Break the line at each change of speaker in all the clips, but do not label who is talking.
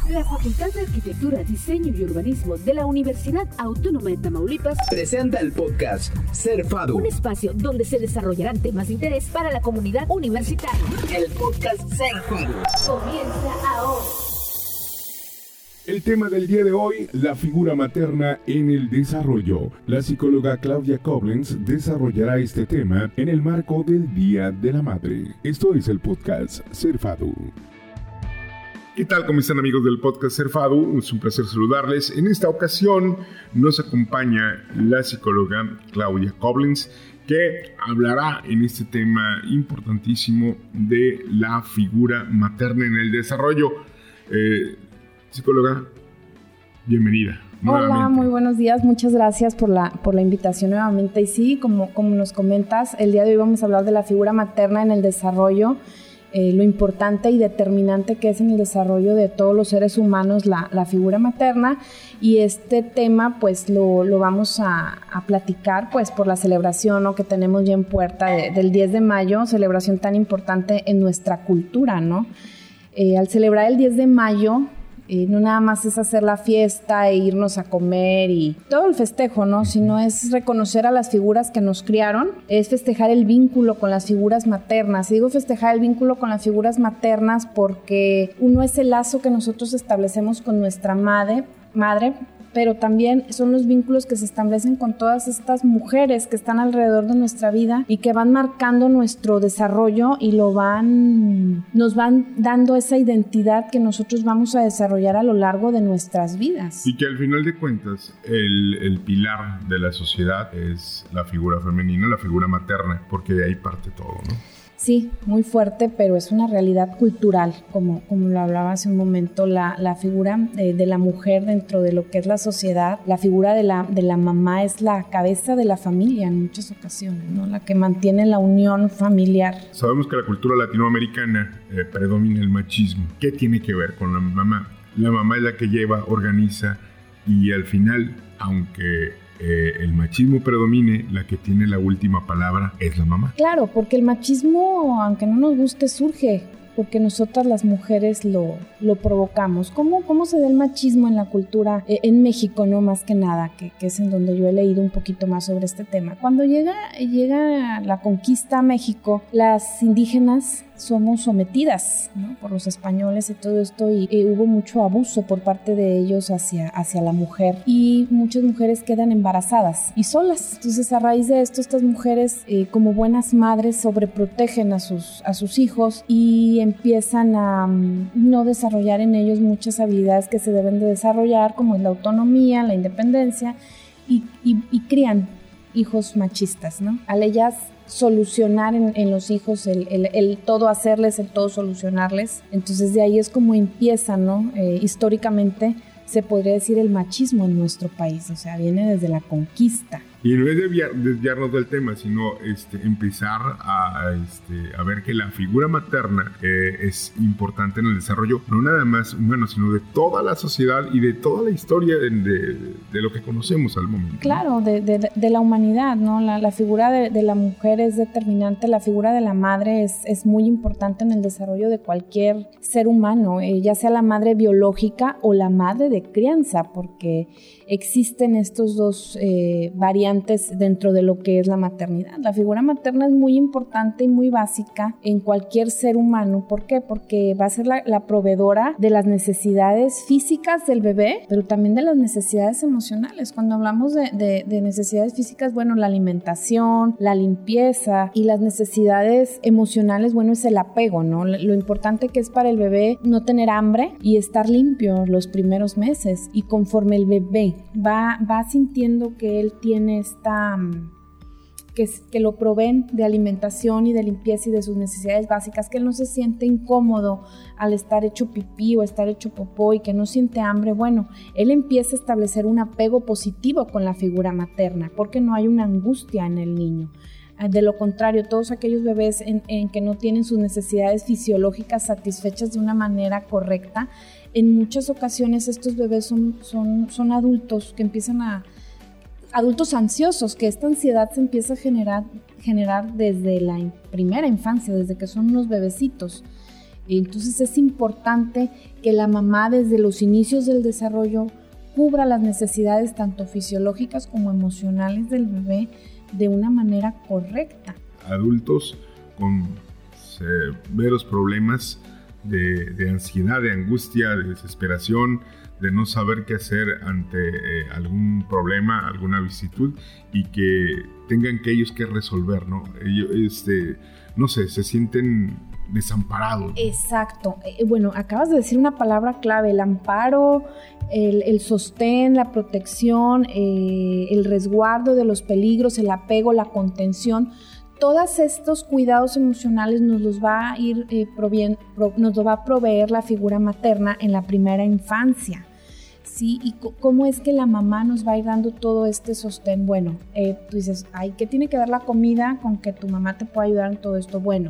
La Facultad de Arquitectura, Diseño y Urbanismo de la Universidad Autónoma de Tamaulipas
presenta el podcast Ser FADU,
un espacio donde se desarrollarán temas de interés para la comunidad universitaria.
El podcast Ser FADU
Comienza ahora.
El tema del día de hoy, la figura materna en el desarrollo. La psicóloga Claudia Koblenz desarrollará este tema en el marco del Día de la Madre. Esto es el podcast Ser FADU. ¿Qué tal? ¿Cómo están, amigos del podcast Ser FADU? Es un placer saludarles. En esta ocasión nos acompaña la psicóloga Claudia Koblenz, que hablará en este tema importantísimo de la figura materna en el desarrollo. Psicóloga, bienvenida.
Hola,
Nuevamente.
muy buenos días. Muchas gracias por la invitación nuevamente. Y sí, como nos comentas, el día de hoy vamos a hablar de la figura materna en el desarrollo, lo importante y determinante que es en el desarrollo de todos los seres humanos la figura materna. Y este tema pues lo vamos a platicar pues por la celebración, ¿no?, que tenemos ya en puerta del 10 de mayo, celebración tan importante en nuestra cultura, ¿no? Al celebrar el 10 de mayo, no nada más es hacer la fiesta e irnos a comer y todo el festejo, ¿no? Sino es reconocer a las figuras que nos criaron, es festejar el vínculo con las figuras maternas. Y digo festejar el vínculo con las figuras maternas porque uno es el lazo que nosotros establecemos con nuestra madre, pero también son los vínculos que se establecen con todas estas mujeres que están alrededor de nuestra vida y que van marcando nuestro desarrollo y nos van dando esa identidad que nosotros vamos a desarrollar a lo largo de nuestras vidas.
Y que al final de cuentas el pilar de la sociedad es la figura femenina, la figura materna, porque de ahí parte todo, ¿no?
Sí, muy fuerte, pero es una realidad cultural, como lo hablaba hace un momento, la figura de la mujer dentro de lo que es la sociedad. La figura de la mamá es la cabeza de la familia en muchas ocasiones, ¿no? La que mantiene la unión familiar.
Sabemos que la cultura latinoamericana predomina el machismo. ¿Qué tiene que ver con la mamá? La mamá es la que lleva, organiza y al final, aunque el machismo predomine, la que tiene la última palabra es la mamá.
Claro, porque el machismo, aunque no nos guste, surge porque nosotras las mujeres lo provocamos. ¿Cómo se da el machismo en la cultura en México, no más que nada, que es en donde yo he leído un poquito más sobre este tema? Cuando llega la conquista a México, las indígenas somos sometidas, ¿no?, por los españoles y todo esto, y hubo mucho abuso por parte de ellos hacia la mujer, y muchas mujeres quedan embarazadas y solas. Entonces, a raíz de esto, estas mujeres, como buenas madres, sobreprotegen a sus hijos y empiezan a no desarrollar en ellos muchas habilidades que se deben de desarrollar, como es la autonomía, la independencia, y crían hijos machistas, ¿no? Al ellas solucionar en los hijos, el todo hacerles, el todo solucionarles. Entonces de ahí es como empieza, ¿no? Históricamente se podría decir el machismo en nuestro país, o sea, viene desde la conquista.
Y en vez de desviarnos del tema, sino empezar a ver que la figura materna es importante en el desarrollo, no nada más humano, sino de toda la sociedad y de toda la historia de lo que conocemos al momento.
Claro, de la humanidad, ¿no? La figura de la mujer es determinante, la figura de la madre es muy importante en el desarrollo de cualquier ser humano, ya sea la madre biológica o la madre de crianza, porque existen estos dos variantes dentro de lo que es la maternidad. La figura materna es muy importante y muy básica en cualquier ser humano. ¿Por qué? Porque va a ser la proveedora de las necesidades físicas del bebé, pero también de las necesidades emocionales. Cuando hablamos de necesidades físicas, bueno, la alimentación, la limpieza, y las necesidades emocionales, bueno, es el apego, ¿no? Lo importante que es para el bebé no tener hambre y estar limpio los primeros meses, y conforme el bebé va sintiendo que él tiene que lo proveen de alimentación y de limpieza y de sus necesidades básicas, que él no se siente incómodo al estar hecho pipí o estar hecho popó y que no siente hambre, bueno, él empieza a establecer un apego positivo con la figura materna, porque no hay una angustia en el niño. De lo contrario, todos aquellos bebés en que no tienen sus necesidades fisiológicas satisfechas de una manera correcta, en muchas ocasiones estos bebés son adultos que empiezan adultos ansiosos, que esta ansiedad se empieza a generar desde la primera infancia, desde que son unos bebecitos. Entonces es importante que la mamá desde los inicios del desarrollo cubra las necesidades tanto fisiológicas como emocionales del bebé de una manera correcta.
Adultos con severos problemas de ansiedad, de angustia, de desesperación, de no saber qué hacer ante algún problema, alguna vicisitud, y que tengan que ellos que resolver, ¿no? Ellos, no sé, se sienten desamparados.
Exacto. Bueno, acabas de decir una palabra clave: el amparo, el sostén, la protección, el resguardo de los peligros, el apego, la contención. Todos estos cuidados emocionales nos los va a ir nos lo va a proveer la figura materna en la primera infancia, ¿sí? ¿Y cómo es que la mamá nos va a ir dando todo este sostén? Bueno, tú dices, ay, ¿qué tiene que ver la comida con que tu mamá te pueda ayudar en todo esto? Bueno,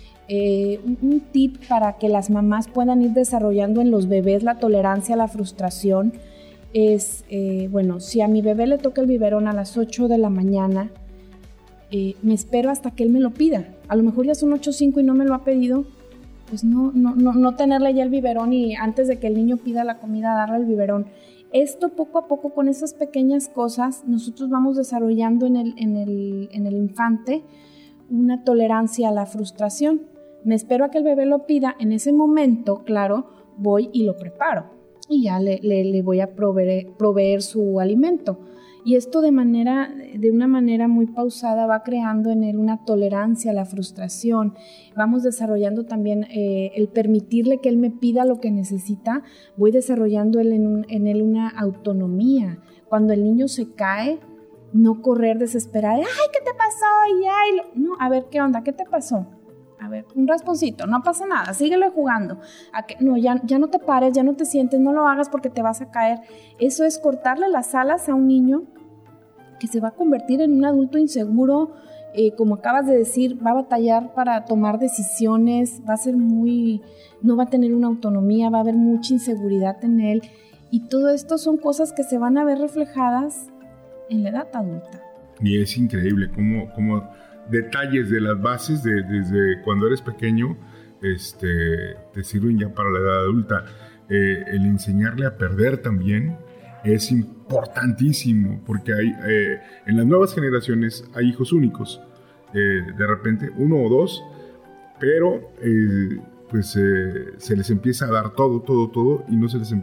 un tip para que las mamás puedan ir desarrollando en los bebés la tolerancia a la frustración es, bueno, si a mi bebé le toca el biberón a las 8 de la mañana, me espero hasta que él me lo pida. A lo mejor ya son 8:05 y no me lo ha pedido, pues no tenerle ya el biberón y antes de que el niño pida la comida darle el biberón. Esto poco a poco, con esas pequeñas cosas, nosotros vamos desarrollando en el infante una tolerancia a la frustración. Me espero a que el bebé lo pida, en ese momento, claro, voy y lo preparo y ya le voy a proveer su alimento. Y esto de una manera muy pausada va creando en él una tolerancia a la frustración. Vamos desarrollando también el permitirle que él me pida lo que necesita. Voy desarrollando en él una autonomía. Cuando el niño se cae, no correr desesperado. ¡Ay, qué te pasó! No, a ver, ¿qué onda? ¿Qué te pasó? A ver, un rasponcito, no pasa nada, síguele jugando. No, ya no te pares, ya no te sientes, no lo hagas porque te vas a caer. Eso es cortarle las alas a un niño que se va a convertir en un adulto inseguro, como acabas de decir, va a batallar para tomar decisiones, no va a tener una autonomía, va a haber mucha inseguridad en él, y todo esto son cosas que se van a ver reflejadas en la edad adulta. Y
es increíble cómo detalles de las bases desde cuando eres pequeño te sirven ya para la edad adulta. El enseñarle a perder también es importantísimo, porque en las nuevas generaciones hay hijos únicos, de repente 1 o 2, pero se les empieza a dar todo y no se les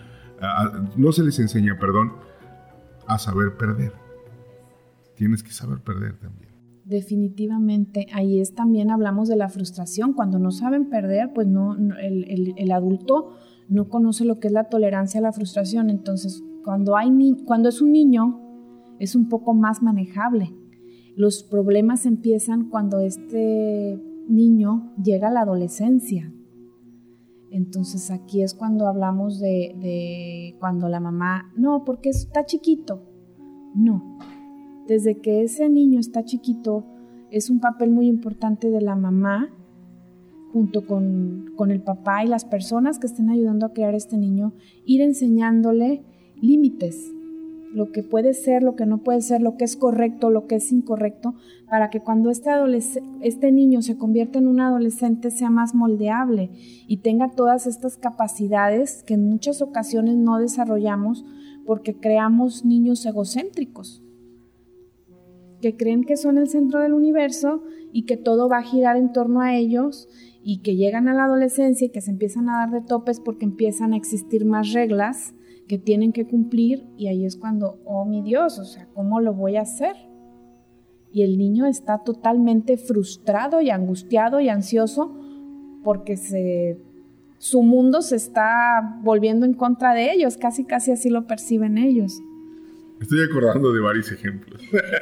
enseña a saber perder. Tienes que saber perder también.
Definitivamente, ahí también hablamos de la frustración. Cuando no saben perder, pues el adulto no conoce lo que es la tolerancia a la frustración. Entonces, cuando es un niño, es un poco más manejable. Los problemas empiezan cuando este niño llega a la adolescencia. Entonces, aquí es cuando hablamos de cuando la mamá, no, porque está chiquito. No. Desde que ese niño está chiquito, es un papel muy importante de la mamá, junto con el papá y las personas que estén ayudando a criar a este niño, ir enseñándole límites, lo que puede ser, lo que no puede ser, lo que es correcto, lo que es incorrecto, para que cuando este niño se convierta en un adolescente sea más moldeable y tenga todas estas capacidades que en muchas ocasiones no desarrollamos porque creamos niños egocéntricos, que creen que son el centro del universo y que todo va a girar en torno a ellos, y que llegan a la adolescencia y que se empiezan a dar de topes porque empiezan a existir más reglas que tienen que cumplir, y ahí es cuando, oh mi Dios, o sea, ¿cómo lo voy a hacer? Y el niño está totalmente frustrado y angustiado y ansioso porque su mundo se está volviendo en contra de ellos, casi así lo perciben ellos.
Estoy acordando de varios ejemplos.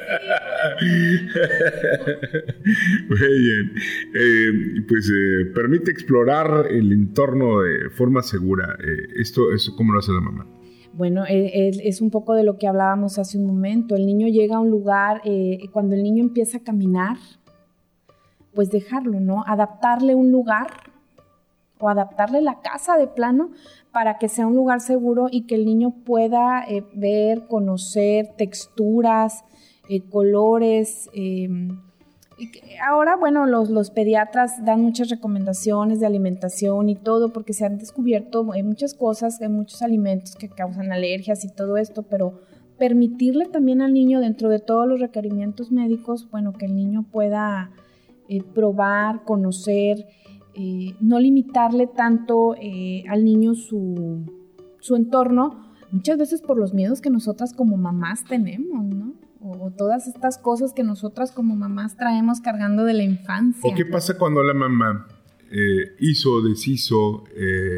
Muy bien. Permite explorar el entorno de forma segura. ¿Esto cómo lo hace la mamá?
Bueno, es un poco de lo que hablábamos hace un momento. El niño llega a un lugar, cuando el niño empieza a caminar, pues dejarlo, ¿no? Adaptarle un lugar o adaptarle la casa de plano para que sea un lugar seguro y que el niño pueda ver, conocer texturas, colores, Ahora, bueno, los pediatras dan muchas recomendaciones de alimentación y todo, porque se han descubierto muchas cosas, hay muchos alimentos que causan alergias y todo esto, pero permitirle también al niño, dentro de todos los requerimientos médicos, bueno, que el niño pueda probar, conocer, no limitarle tanto al niño su entorno, muchas veces por los miedos que nosotras como mamás tenemos, ¿no? O todas estas cosas que nosotras como mamás traemos cargando de la infancia.
¿O qué pasa cuando la mamá hizo, deshizo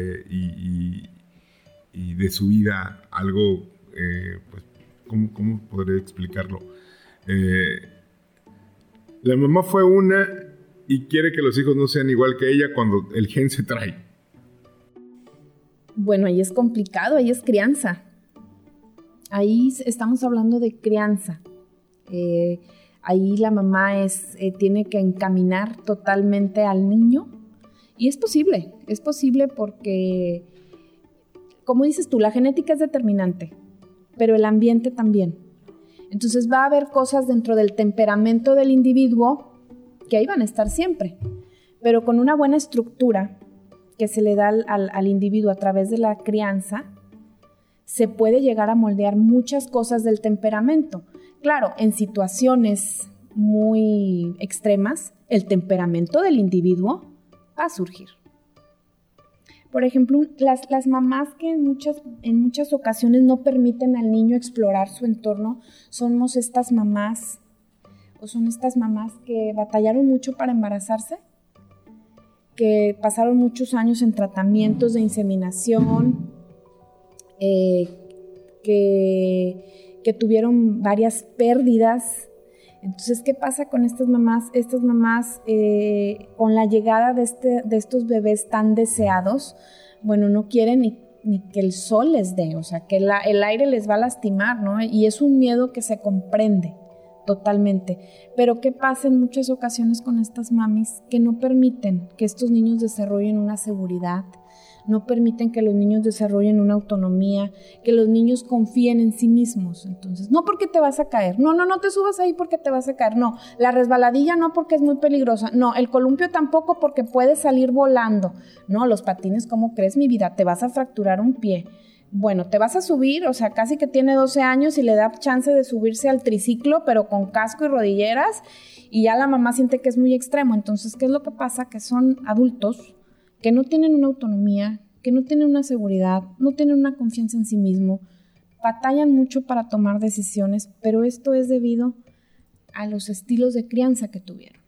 y de su vida algo, pues, ¿cómo podré explicarlo? La mamá fue una y quiere que los hijos no sean igual que ella cuando el gen se trae.
Bueno, ahí es complicado, ahí es crianza. Ahí estamos hablando de crianza. Ahí la mamá tiene que encaminar totalmente al niño, y es posible porque, como dices tú, la genética es determinante, pero el ambiente también. Entonces va a haber cosas dentro del temperamento del individuo que ahí van a estar siempre, pero con una buena estructura que se le da al individuo a través de la crianza, se puede llegar a moldear muchas cosas del temperamento. Claro, en situaciones muy extremas, el temperamento del individuo va a surgir. Por ejemplo, las mamás que en muchas ocasiones no permiten al niño explorar su entorno, son estas mamás que batallaron mucho para embarazarse, que pasaron muchos años en tratamientos de inseminación, que tuvieron varias pérdidas. Entonces, ¿qué pasa con estas mamás? Estas mamás, con la llegada de estos bebés tan deseados, bueno, no quieren ni que el sol les dé, o sea, que el aire les va a lastimar, ¿no? Y es un miedo que se comprende totalmente. Pero ¿qué pasa en muchas ocasiones con estas mamis? Que no permiten que estos niños desarrollen una seguridad, no permiten que los niños desarrollen una autonomía, que los niños confíen en sí mismos. Entonces, no porque te vas a caer, no te subas ahí porque te vas a caer, no, la resbaladilla no porque es muy peligrosa, no, el columpio tampoco porque puedes salir volando, no, los patines, ¿cómo crees, mi vida? Te vas a fracturar un pie. Bueno, te vas a subir, o sea, casi que tiene 12 años y le da chance de subirse al triciclo, pero con casco y rodilleras, y ya la mamá siente que es muy extremo. Entonces, ¿qué es lo que pasa? Que son adultos que no tienen una autonomía, que no tienen una seguridad, no tienen una confianza en sí mismo, batallan mucho para tomar decisiones, pero esto es debido a los estilos de crianza que tuvieron.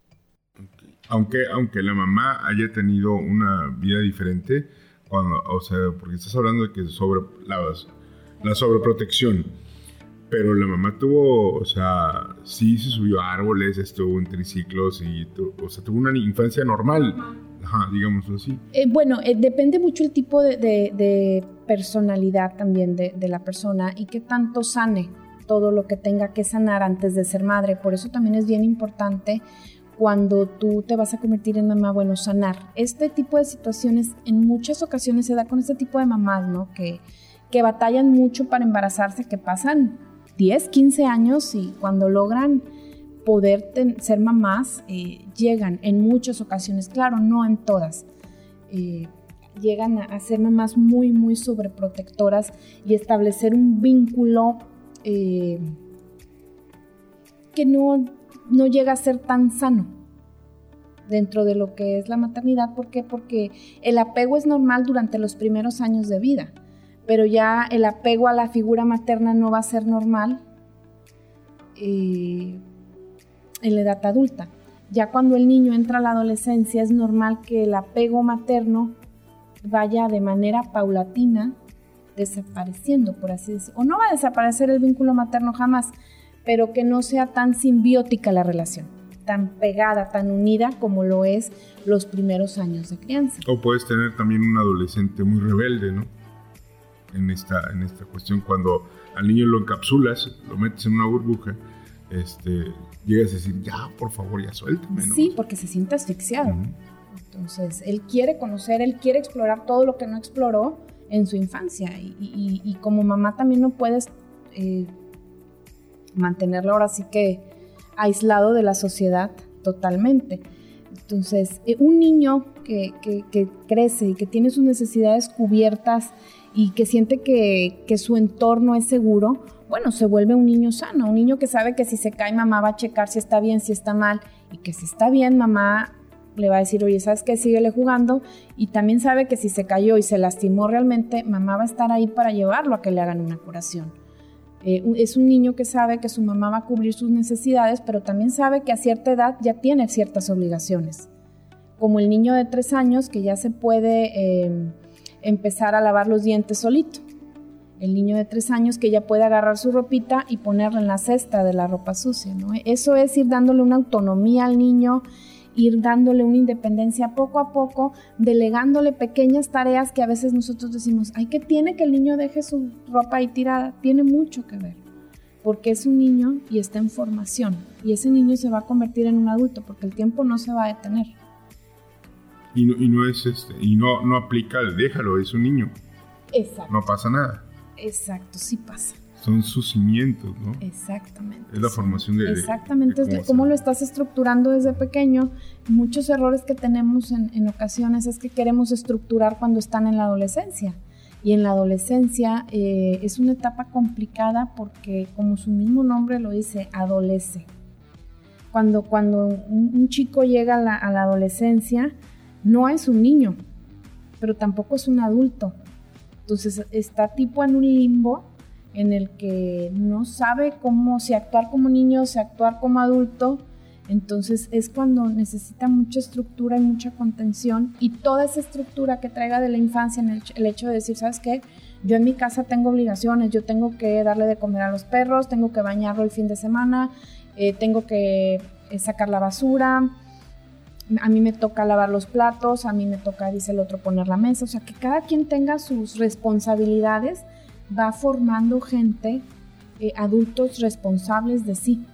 Aunque la mamá haya tenido una vida diferente, porque estás hablando de que sobre la sobreprotección, pero la mamá tuvo, sí se subió a árboles, estuvo en triciclos y tuvo una infancia normal. Ajá, digámoslo así.
Depende mucho el tipo de personalidad también de la persona y qué tanto sane todo lo que tenga que sanar antes de ser madre. Por eso también es bien importante cuando tú te vas a convertir en mamá, sanar. Este tipo de situaciones en muchas ocasiones se da con este tipo de mamás, ¿no? Que batallan mucho para embarazarse, que pasan 10, 15 años y cuando logran poder ser mamás, llegan en muchas ocasiones, claro, no en todas, llegan a ser mamás muy, muy sobreprotectoras y establecer un vínculo que no llega a ser tan sano dentro de lo que es la maternidad. ¿Por qué? Porque el apego es normal durante los primeros años de vida, pero ya el apego a la figura materna no va a ser normal en la edad adulta. Ya cuando el niño entra a la adolescencia es normal que el apego materno vaya de manera paulatina desapareciendo, por así decirlo. O no va a desaparecer el vínculo materno jamás, pero que no sea tan simbiótica la relación, tan pegada, tan unida como lo es los primeros años de crianza.
O puedes tener también un adolescente muy rebelde, ¿no? En esta cuestión, cuando al niño lo encapsulas, lo metes en una burbuja, llegas a decir, ya, por favor, ya suéltame, ¿no?
Sí, porque se siente asfixiado. Uh-huh. Entonces, él quiere conocer, él quiere explorar todo lo que no exploró en su infancia. Y como mamá también no puedes mantenerlo ahora sí que aislado de la sociedad, totalmente. Entonces, un niño que crece y que tiene sus necesidades cubiertas y que siente que su entorno es seguro, bueno, se vuelve un niño sano, un niño que sabe que si se cae mamá va a checar si está bien, si está mal, y que si está bien mamá le va a decir, oye, ¿sabes qué? Síguele jugando, y también sabe que si se cayó y se lastimó realmente, mamá va a estar ahí para llevarlo a que le hagan una curación. Es un niño que sabe que su mamá va a cubrir sus necesidades, pero también sabe que a cierta edad ya tiene ciertas obligaciones, como el niño de 3 años que ya se puede empezar a lavar los dientes solito. El niño de 3 años que ya puede agarrar su ropita y ponerla en la cesta de la ropa sucia, ¿no? Eso es ir dándole una autonomía al niño, ir dándole una independencia poco a poco, delegándole pequeñas tareas que a veces nosotros decimos, ay, ¿qué tiene que el niño deje su ropa ahí tirada? Tiene mucho que ver, porque es un niño y está en formación, y ese niño se va a convertir en un adulto, porque el tiempo no se va a detener.
Y no aplica el déjalo, es un niño.
Exacto.
No pasa nada.
Exacto, sí pasa.
Son sus cimientos, ¿no?
Exactamente.
Es la formación de...
Exactamente, es cómo lo estás estructurando desde pequeño. Muchos errores que tenemos en ocasiones es que queremos estructurar cuando están en la adolescencia. Y en la adolescencia es una etapa complicada porque, como su mismo nombre lo dice, adolece. Cuando un chico llega a la adolescencia, no es un niño, pero tampoco es un adulto. Entonces está tipo en un limbo en el que no sabe cómo, si actuar como niño, si actuar como adulto. Entonces es cuando necesita mucha estructura y mucha contención, y toda esa estructura que traiga de la infancia, en el hecho de decir, ¿sabes qué? Yo en mi casa tengo obligaciones, yo tengo que darle de comer a los perros, tengo que bañarlo el fin de semana, tengo que sacar la basura, a mí me toca lavar los platos, a mí me toca, dice el otro, poner la mesa. O sea, que cada quien tenga sus responsabilidades, va formando gente, adultos responsables de sí,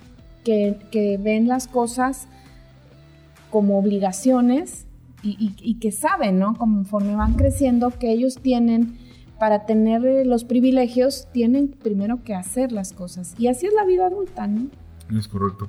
que ven las cosas como obligaciones y que saben, ¿no? Conforme van creciendo, que ellos tienen, para tener los privilegios, tienen primero que hacer las cosas. Y así es la vida adulta, ¿no? Es correcto,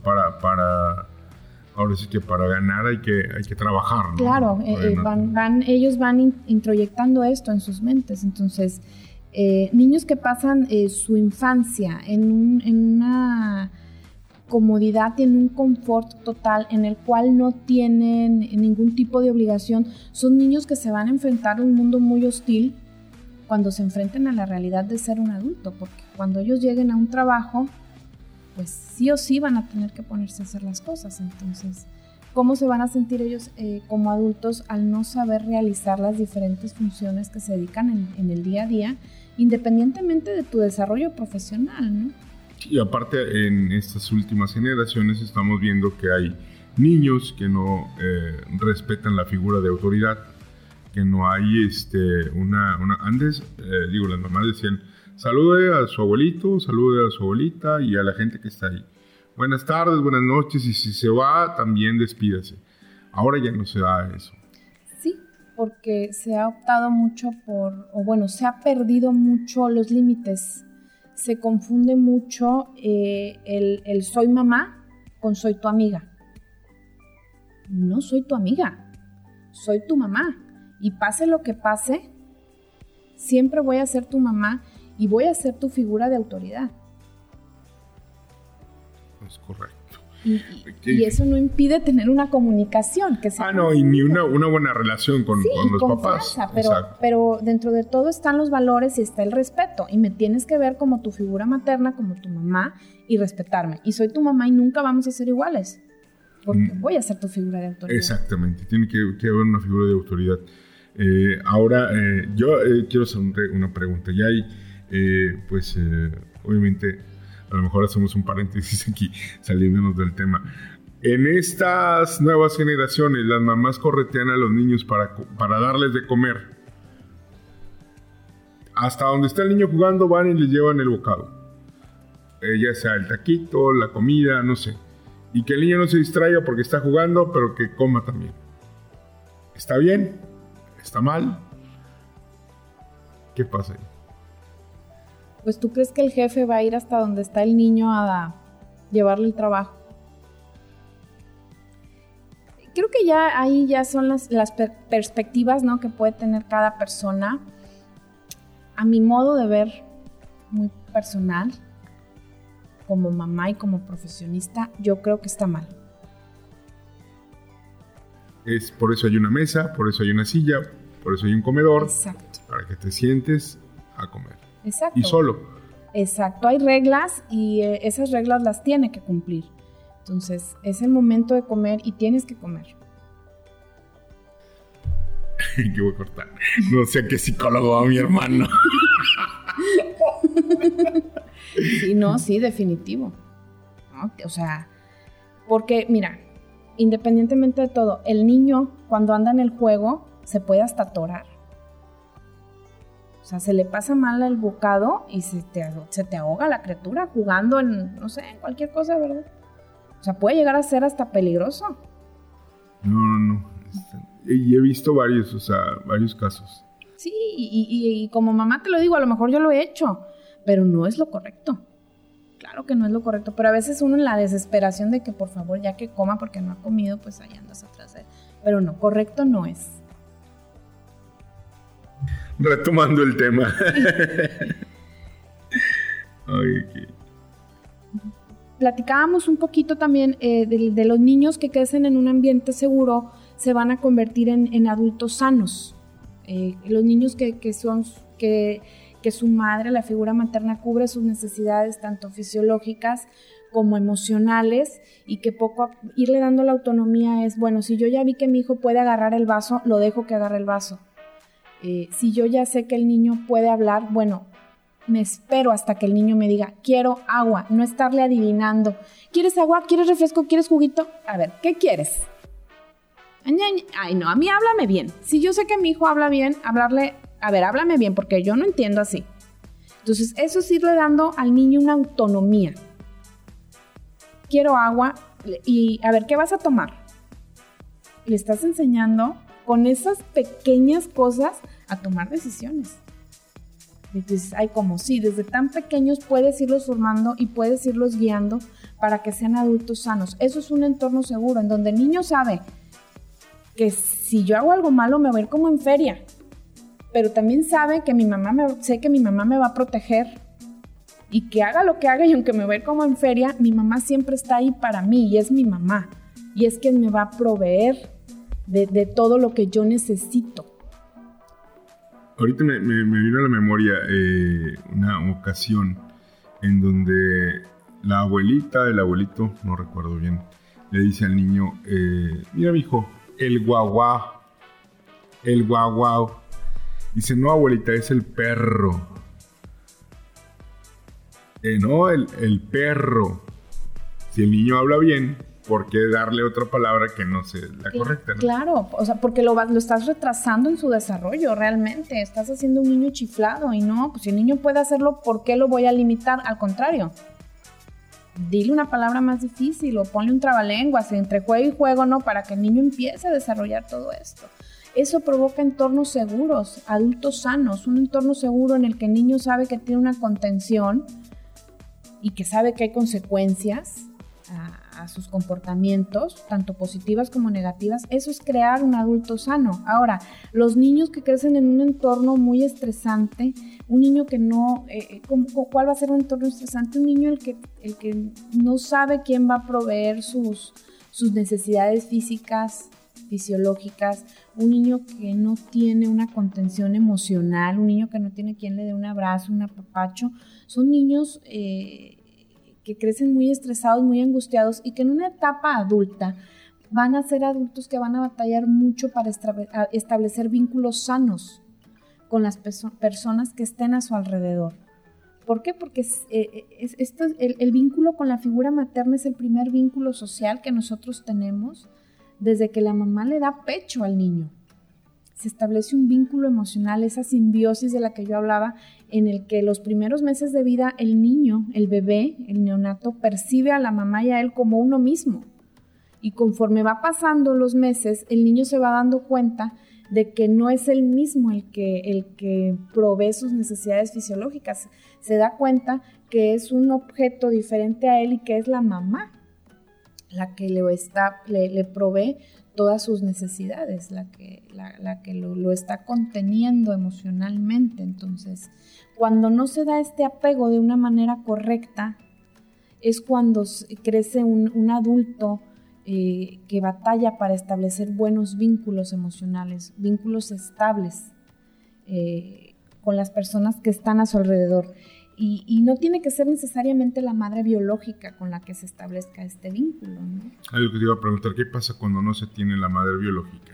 ahora sí que para ganar hay que trabajar, ¿no?
Claro, ellos van introyectando esto en sus mentes. Entonces, niños que pasan su infancia en una comodidad y en un confort total, en el cual no tienen ningún tipo de obligación, son niños que se van a enfrentar a un mundo muy hostil cuando se enfrenten a la realidad de ser un adulto, porque cuando ellos lleguen a un trabajo, pues sí o sí van a tener que ponerse a hacer las cosas. Entonces, ¿cómo se van a sentir ellos como adultos al no saber realizar las diferentes funciones que se dedican en el día a día, independientemente de tu desarrollo profesional, ¿no?
Y aparte, en estas últimas generaciones estamos viendo que hay niños que no respetan la figura de autoridad, que no hay antes, las mamás decían, salude a su abuelito, salude a su abuelita y a la gente que está ahí. Buenas tardes, buenas noches, y si se va, también despídase. Ahora ya no se da eso.
Sí, porque se ha optado mucho se ha perdido mucho los límites. Se confunde mucho el soy mamá con soy tu amiga. No soy tu amiga, soy tu mamá. Y pase lo que pase, siempre voy a ser tu mamá y voy a ser tu figura de autoridad.
Es correcto.
Y eso no impide tener una comunicación.
Y ni una buena relación con los papás.
Pero dentro de todo están los valores y está el respeto. Y me tienes que ver como tu figura materna, como tu mamá, y respetarme. Y soy tu mamá y nunca vamos a ser iguales. Porque voy a ser tu figura de autoridad.
Exactamente. Tiene que haber una figura de autoridad. Ahora, yo quiero hacer una pregunta. Ya hay, obviamente, a lo mejor hacemos un paréntesis aquí, saliéndonos del tema. En estas nuevas generaciones, las mamás corretean a los niños para darles de comer. Hasta donde está el niño jugando, van y les llevan el bocado. Ya sea el taquito, la comida, no sé. Y que el niño no se distraiga porque está jugando, pero que coma también. ¿Está bien? ¿Está mal? ¿Qué pasa ahí?
Pues ¿tú crees que el jefe va a ir hasta donde está el niño a llevarle el trabajo? que ya ahí ya son las perspectivas, ¿no?, que puede tener cada persona. A mi modo de ver, muy personal, como mamá y como profesionista, yo creo que está mal.
Es por eso hay una mesa, por eso hay una silla, por eso hay un comedor.
Exacto.
Para que te sientes a comer.
Exacto.
Y solo.
Exacto, hay reglas y esas reglas las tiene que cumplir. Entonces, es el momento de comer y tienes que comer.
¿Qué voy a cortar? No sé a qué psicólogo va mi hermano.
Sí, definitivo. ¿No? O sea, porque, mira, independientemente de todo, el niño cuando anda en el juego se puede hasta atorar. O sea, se le pasa mal el bocado y se te ahoga la criatura jugando en, no sé, en cualquier cosa, ¿verdad? O sea, puede llegar a ser hasta peligroso.
No. Y he visto varios casos.
Sí, y como mamá te lo digo, a lo mejor yo lo he hecho, pero no es lo correcto. Claro que no es lo correcto, pero a veces uno en la desesperación de que por favor ya que coma porque no ha comido, pues ahí andas atrás de él. Pero no, correcto no es.
Retomando el tema. Ay, qué...
Platicábamos un poquito también de los niños que crecen en un ambiente seguro, se van a convertir en adultos sanos. Los niños que su madre, la figura materna, cubre sus necesidades tanto fisiológicas como emocionales, y que irle dando la autonomía es, bueno, si yo ya vi que mi hijo puede agarrar el vaso, lo dejo que agarre el vaso. Si yo ya sé que el niño puede hablar, bueno, me espero hasta que el niño me diga, quiero agua, no estarle adivinando. ¿Quieres agua? ¿Quieres refresco? ¿Quieres juguito? A ver, ¿qué quieres? Ay, no, a mí háblame bien. Si yo sé que mi hijo habla bien, háblame bien, porque yo no entiendo así. Entonces, eso es irle dando al niño una autonomía. Quiero agua y a ver, ¿qué vas a tomar? Le estás enseñando con esas pequeñas cosas a tomar decisiones. Entonces, desde tan pequeños puedes irlos formando y puedes irlos guiando para que sean adultos sanos. Eso es un entorno seguro, en donde el niño sabe que si yo hago algo malo me voy a ir como en feria, pero también sabe que mi mamá me va a proteger, y que haga lo que haga, y aunque me voy a ir como en feria, mi mamá siempre está ahí para mí, y es mi mamá, y es quien me va a proveer de todo lo que yo necesito.
Ahorita me vino a la memoria una ocasión en donde la abuelita, el abuelito, no recuerdo bien, le dice al niño, mira mijo, el guau. Dice, no abuelita, es el perro. No, el perro. Si el niño habla bien, ¿por qué darle otra palabra que no sea la correcta, ¿no?
Claro, o sea, porque lo estás retrasando en su desarrollo realmente. Estás haciendo un niño chiflado, y no, pues si el niño puede hacerlo, ¿por qué lo voy a limitar? Al contrario, dile una palabra más difícil o ponle un trabalenguas entre juego y juego, ¿no? Para que el niño empiece a desarrollar todo esto. Eso provoca entornos seguros, adultos sanos, un entorno seguro en el que el niño sabe que tiene una contención y que sabe que hay consecuencias a sus comportamientos, tanto positivas como negativas. Eso es crear un adulto sano. Ahora, los niños que crecen en un entorno muy estresante, un niño que no, ¿cuál va a ser un entorno estresante? Un niño el que no sabe quién va a proveer sus necesidades físicas, fisiológicas, un niño que no tiene una contención emocional, un niño que no tiene quien le dé un abrazo, un apapacho. Son niños que crecen muy estresados, muy angustiados, y que en una etapa adulta van a ser adultos que van a batallar mucho para establecer vínculos sanos con las personas que estén a su alrededor. ¿Por qué? Porque el vínculo con la figura materna es el primer vínculo social que nosotros tenemos desde que la mamá le da pecho al niño. Se establece un vínculo emocional, esa simbiosis de la que yo hablaba, en el que los primeros meses de vida el niño, el bebé, el neonato, percibe a la mamá y a él como uno mismo. Y conforme va pasando los meses, el niño se va dando cuenta de que no es él mismo el que provee sus necesidades fisiológicas. Se da cuenta que es un objeto diferente a él y que es la mamá la que le provee todas sus necesidades, la que lo está conteniendo emocionalmente. Entonces, cuando no se da este apego de una manera correcta, es cuando crece un adulto que batalla para establecer buenos vínculos emocionales, vínculos estables con las personas que están a su alrededor. Y no tiene que ser necesariamente la madre biológica con la que se establezca este vínculo, ¿no?
Algo que te iba a preguntar, ¿qué pasa cuando no se tiene la madre biológica?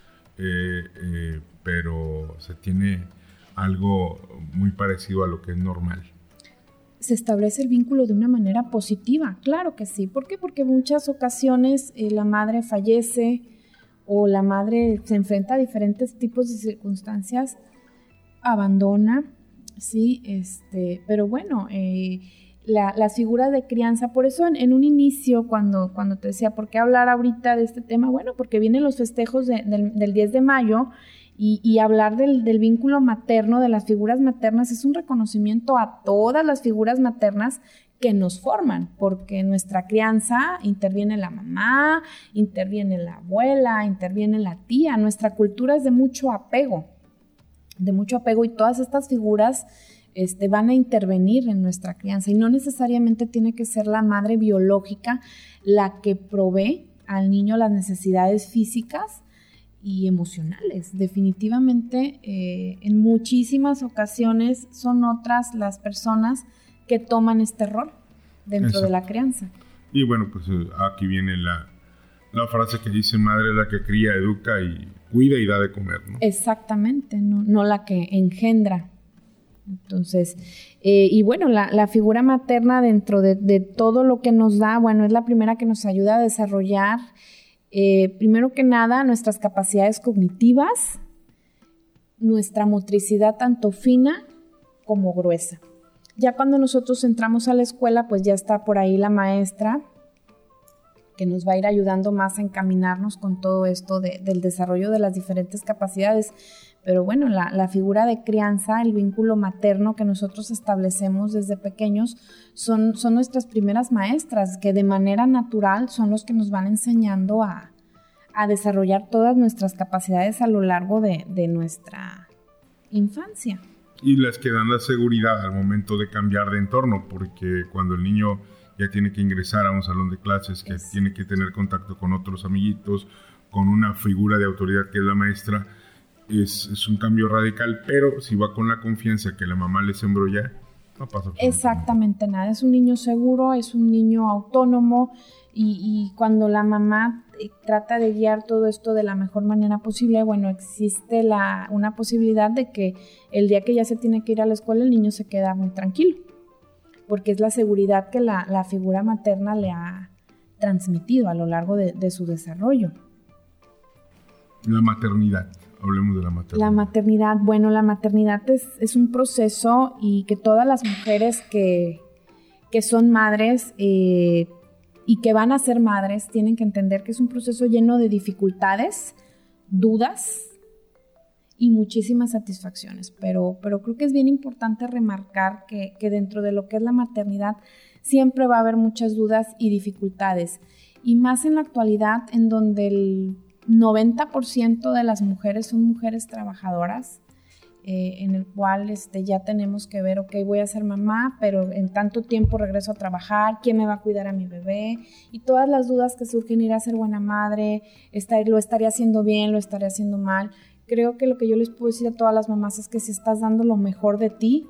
Pero se tiene algo muy parecido a lo que es normal.
Se establece el vínculo de una manera positiva, claro que sí. ¿Por qué? Porque en muchas ocasiones la madre fallece o la madre se enfrenta a diferentes tipos de circunstancias, abandona, sí, pero bueno, la figura de crianza, por eso en un inicio cuando te decía, ¿por qué hablar ahorita de este tema? Bueno, porque vienen los festejos del 10 de mayo y hablar del vínculo materno, de las figuras maternas, es un reconocimiento a todas las figuras maternas que nos forman, porque en nuestra crianza interviene la mamá, interviene la abuela, interviene la tía. Nuestra cultura es de mucho apego y todas estas figuras van a intervenir en nuestra crianza, y no necesariamente tiene que ser la madre biológica la que provee al niño las necesidades físicas y emocionales. Definitivamente en muchísimas ocasiones son otras las personas que toman este rol dentro de la crianza. Y
bueno, pues aquí viene la frase que dice: madre es la que cría, educa y cuida y da de comer, ¿no?
Exactamente, no la que engendra. Entonces, y bueno, la figura materna dentro de todo lo que nos da, bueno, es la primera que nos ayuda a desarrollar, primero que nada, nuestras capacidades cognitivas, nuestra motricidad tanto fina como gruesa. Ya cuando nosotros entramos a la escuela, pues ya está por ahí la maestra que nos va a ir ayudando más a encaminarnos con todo esto del desarrollo de las diferentes capacidades. Pero bueno, la figura de crianza, el vínculo materno que nosotros establecemos desde pequeños, son nuestras primeras maestras, que de manera natural son los que nos van enseñando a desarrollar todas nuestras capacidades a lo largo de nuestra infancia.
Y las que dan la seguridad al momento de cambiar de entorno, porque cuando el niño ya tiene que ingresar a un salón de clases, que tiene que tener contacto con otros amiguitos, con una figura de autoridad que es la maestra, es un cambio radical, pero si va con la confianza que la mamá le sembró ya, no pasa
exactamente nada. Es un niño seguro, es un niño autónomo, y cuando la mamá trata de guiar todo esto de la mejor manera posible, bueno, existe una posibilidad de que el día que ya se tiene que ir a la escuela, el niño se queda muy tranquilo, porque es la seguridad que la figura materna le ha transmitido a lo largo de su desarrollo.
La maternidad, hablemos de la maternidad.
La maternidad, bueno, la maternidad es un proceso, y que todas las mujeres que son madres y que van a ser madres tienen que entender que es un proceso lleno de dificultades, dudas y muchísimas satisfacciones, pero creo que es bien importante remarcar que dentro de lo que es la maternidad siempre va a haber muchas dudas y dificultades, y más en la actualidad, en donde el 90% de las mujeres son mujeres trabajadoras, en el cual ya tenemos que ver, ok, voy a ser mamá, pero en tanto tiempo regreso a trabajar, ¿quién me va a cuidar a mi bebé? Y todas las dudas que surgen: ¿iré a ser buena madre? ¿Lo estaré haciendo bien? ¿Lo estaré haciendo mal? Creo que lo que yo les puedo decir a todas las mamás es que si estás dando lo mejor de ti,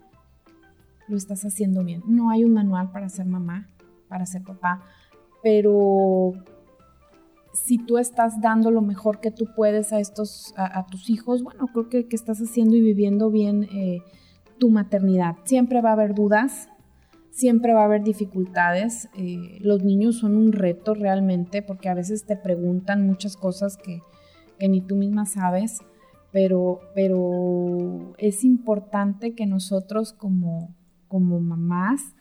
lo estás haciendo bien. No hay un manual para ser mamá, para ser papá, pero si tú estás dando lo mejor que tú puedes a tus hijos, bueno, creo que estás haciendo y viviendo bien tu maternidad. Siempre va a haber dudas, siempre va a haber dificultades. Los niños son un reto realmente, porque a veces te preguntan muchas cosas que ni tú misma sabes, pero es importante que nosotros como mamás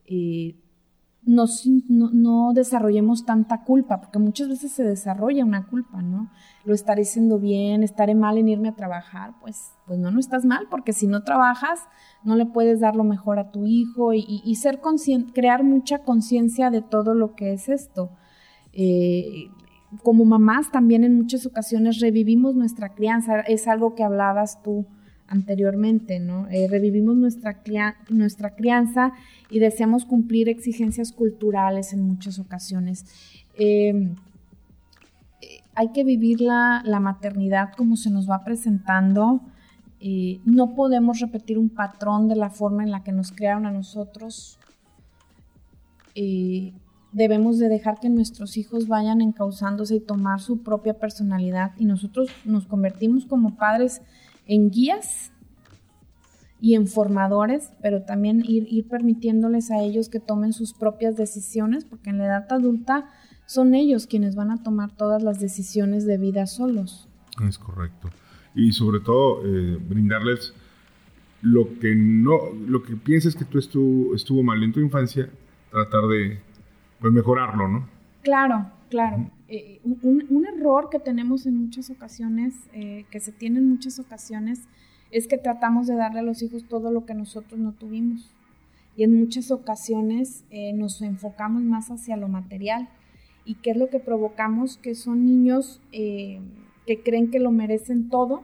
no desarrollemos tanta culpa, porque muchas veces se desarrolla una culpa, ¿no? Lo estaré haciendo bien, estaré mal en irme a trabajar, pues no estás mal, porque si no trabajas no le puedes dar lo mejor a tu hijo, y ser consciente, crear mucha conciencia de todo lo que es esto. como mamás también en muchas ocasiones revivimos nuestra crianza, es algo que hablabas tú anteriormente, ¿no? Revivimos nuestra crianza y deseamos cumplir exigencias culturales en muchas ocasiones. Hay que vivir la maternidad como se nos va presentando. No podemos repetir un patrón de la forma en la que nos criaron a nosotros. Debemos de dejar que nuestros hijos vayan encauzándose y tomar su propia personalidad, y nosotros nos convertimos como padres en guías y en formadores, pero también ir permitiéndoles a ellos que tomen sus propias decisiones, porque en la edad adulta son ellos quienes van a tomar todas las decisiones de vida solos.
Es correcto. Y sobre todo, brindarles lo que pienses que tú estuvo mal en tu infancia, tratar de mejorarlo, ¿no? Claro.
Un error que tenemos en muchas ocasiones, que se tiene en muchas ocasiones, es que tratamos de darle a los hijos todo lo que nosotros no tuvimos. Y en muchas ocasiones nos enfocamos más hacia lo material. ¿Y qué es lo que provocamos? Que son niños que creen que lo merecen todo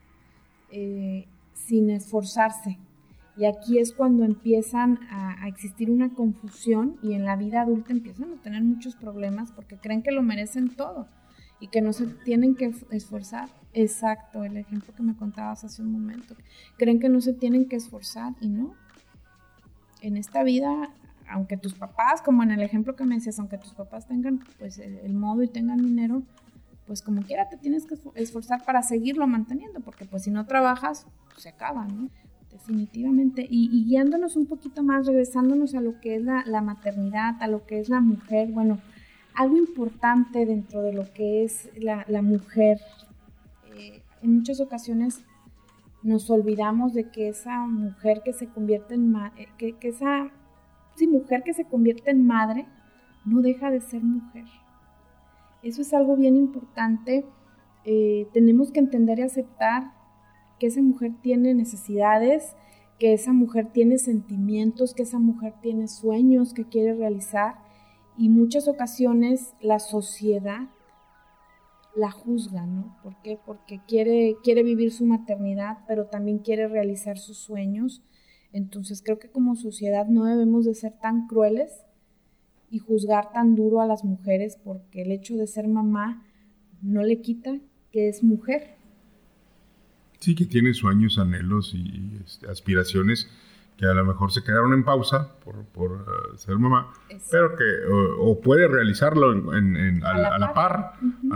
sin esforzarse. Y aquí es cuando empiezan a existir una confusión, y en la vida adulta empiezan a tener muchos problemas porque creen que lo merecen todo y que no se tienen que esforzar. Exacto, el ejemplo que me contabas hace un momento. Creen que no se tienen que esforzar, y no. En esta vida, aunque tus papás, como en el ejemplo que me decías, aunque tus papás tengan pues el modo y tengan dinero, pues como quiera te tienes que esforzar para seguirlo manteniendo, porque pues si no trabajas, pues se acaba, ¿no? Definitivamente. Y guiándonos un poquito más, regresándonos a lo que es la maternidad, a lo que es la mujer, bueno, algo importante dentro de lo que es la mujer, en muchas ocasiones nos olvidamos de que esa mujer que se convierte en mujer que se convierte en madre no deja de ser mujer. Eso es algo bien importante. Tenemos que entender y aceptar que esa mujer tiene necesidades, que esa mujer tiene sentimientos, que esa mujer tiene sueños que quiere realizar, y muchas ocasiones la sociedad la juzga, ¿no? ¿Por qué? Porque quiere vivir su maternidad, pero también quiere realizar sus sueños. Entonces creo que como sociedad no debemos de ser tan crueles y juzgar tan duro a las mujeres, porque el hecho de ser mamá no le quita que es mujer.
Sí, que tiene sueños, anhelos y aspiraciones que a lo mejor se quedaron en pausa por ser mamá, pero que o puede realizarlo a la par.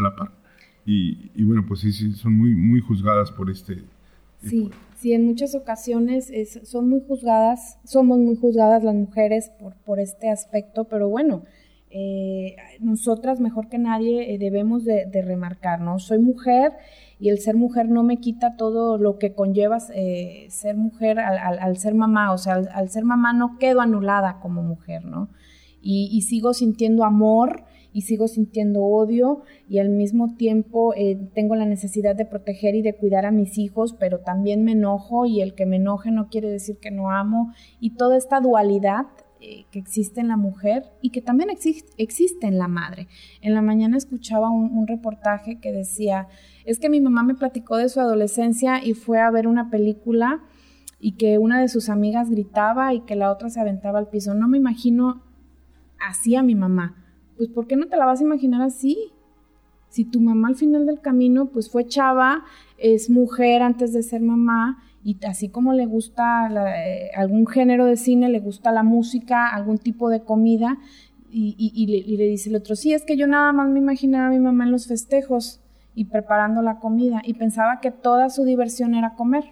Y bueno, pues sí, son muy, muy juzgadas por este...
Sí, en muchas ocasiones somos muy juzgadas las mujeres por este aspecto, pero bueno, nosotras mejor que nadie debemos de remarcar, ¿no? Soy mujer, y el ser mujer no me quita todo lo que conlleva ser mujer al ser mamá. O sea, al ser mamá no quedo anulada como mujer, ¿no? Y sigo sintiendo amor, y sigo sintiendo odio, y al mismo tiempo tengo la necesidad de proteger y de cuidar a mis hijos, pero también me enojo, y el que me enoje no quiere decir que no amo, y toda esta dualidad que existe en la mujer y que también existe en la madre. En la mañana escuchaba un reportaje que decía, es que mi mamá me platicó de su adolescencia y fue a ver una película y que una de sus amigas gritaba y que la otra se aventaba al piso. No me imagino así a mi mamá. Pues ¿por qué no te la vas a imaginar así? Si tu mamá al final del camino pues fue chava, es mujer antes de ser mamá, y así como le gusta algún género de cine, le gusta la música, algún tipo de comida, y le dice el otro, sí, es que yo nada más me imaginaba a mi mamá en los festejos y preparando la comida, y pensaba que toda su diversión era comer,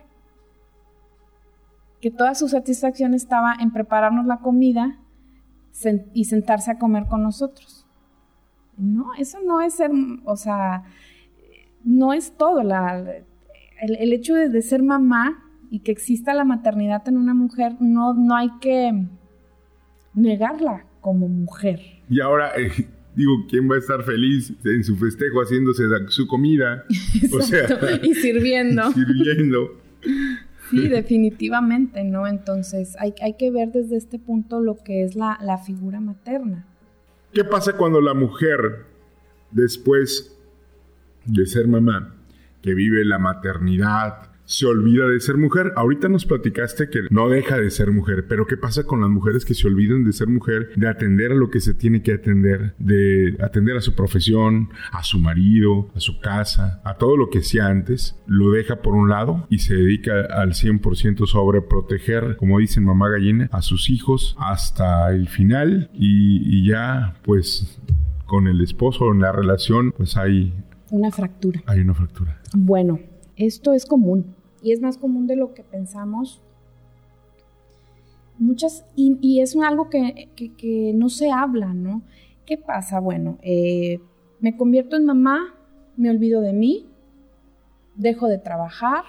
que toda su satisfacción estaba en prepararnos la comida y sentarse a comer con nosotros. No, eso no es ser, o sea, no es todo. El hecho de ser mamá y que exista la maternidad en una mujer, no hay que negarla como mujer.
Y ahora, ¿quién va a estar feliz en su festejo haciéndose su comida?
Exacto, o sea, y sirviendo. Sí, definitivamente, ¿no? Entonces hay que ver desde este punto lo que es la figura materna.
¿Qué pasa cuando la mujer después de ser mamá, que vive la maternidad, se olvida de ser mujer. Ahorita nos platicaste que no deja de ser mujer, pero ¿qué pasa con las mujeres que se olvidan de ser mujer, de atender a lo que se tiene que atender, de atender a su profesión, a su marido, a su casa, a todo lo que hacía antes? Lo deja por un lado y se dedica al 100% sobre proteger, como dicen mamá gallina, a sus hijos hasta el final y ya pues con el esposo en la relación pues hay
una fractura.
Hay una fractura.
Bueno, esto es común. Y es más común de lo que pensamos. Y es algo que no se habla, ¿no? ¿Qué pasa? Bueno, me convierto en mamá, me olvido de mí, dejo de trabajar,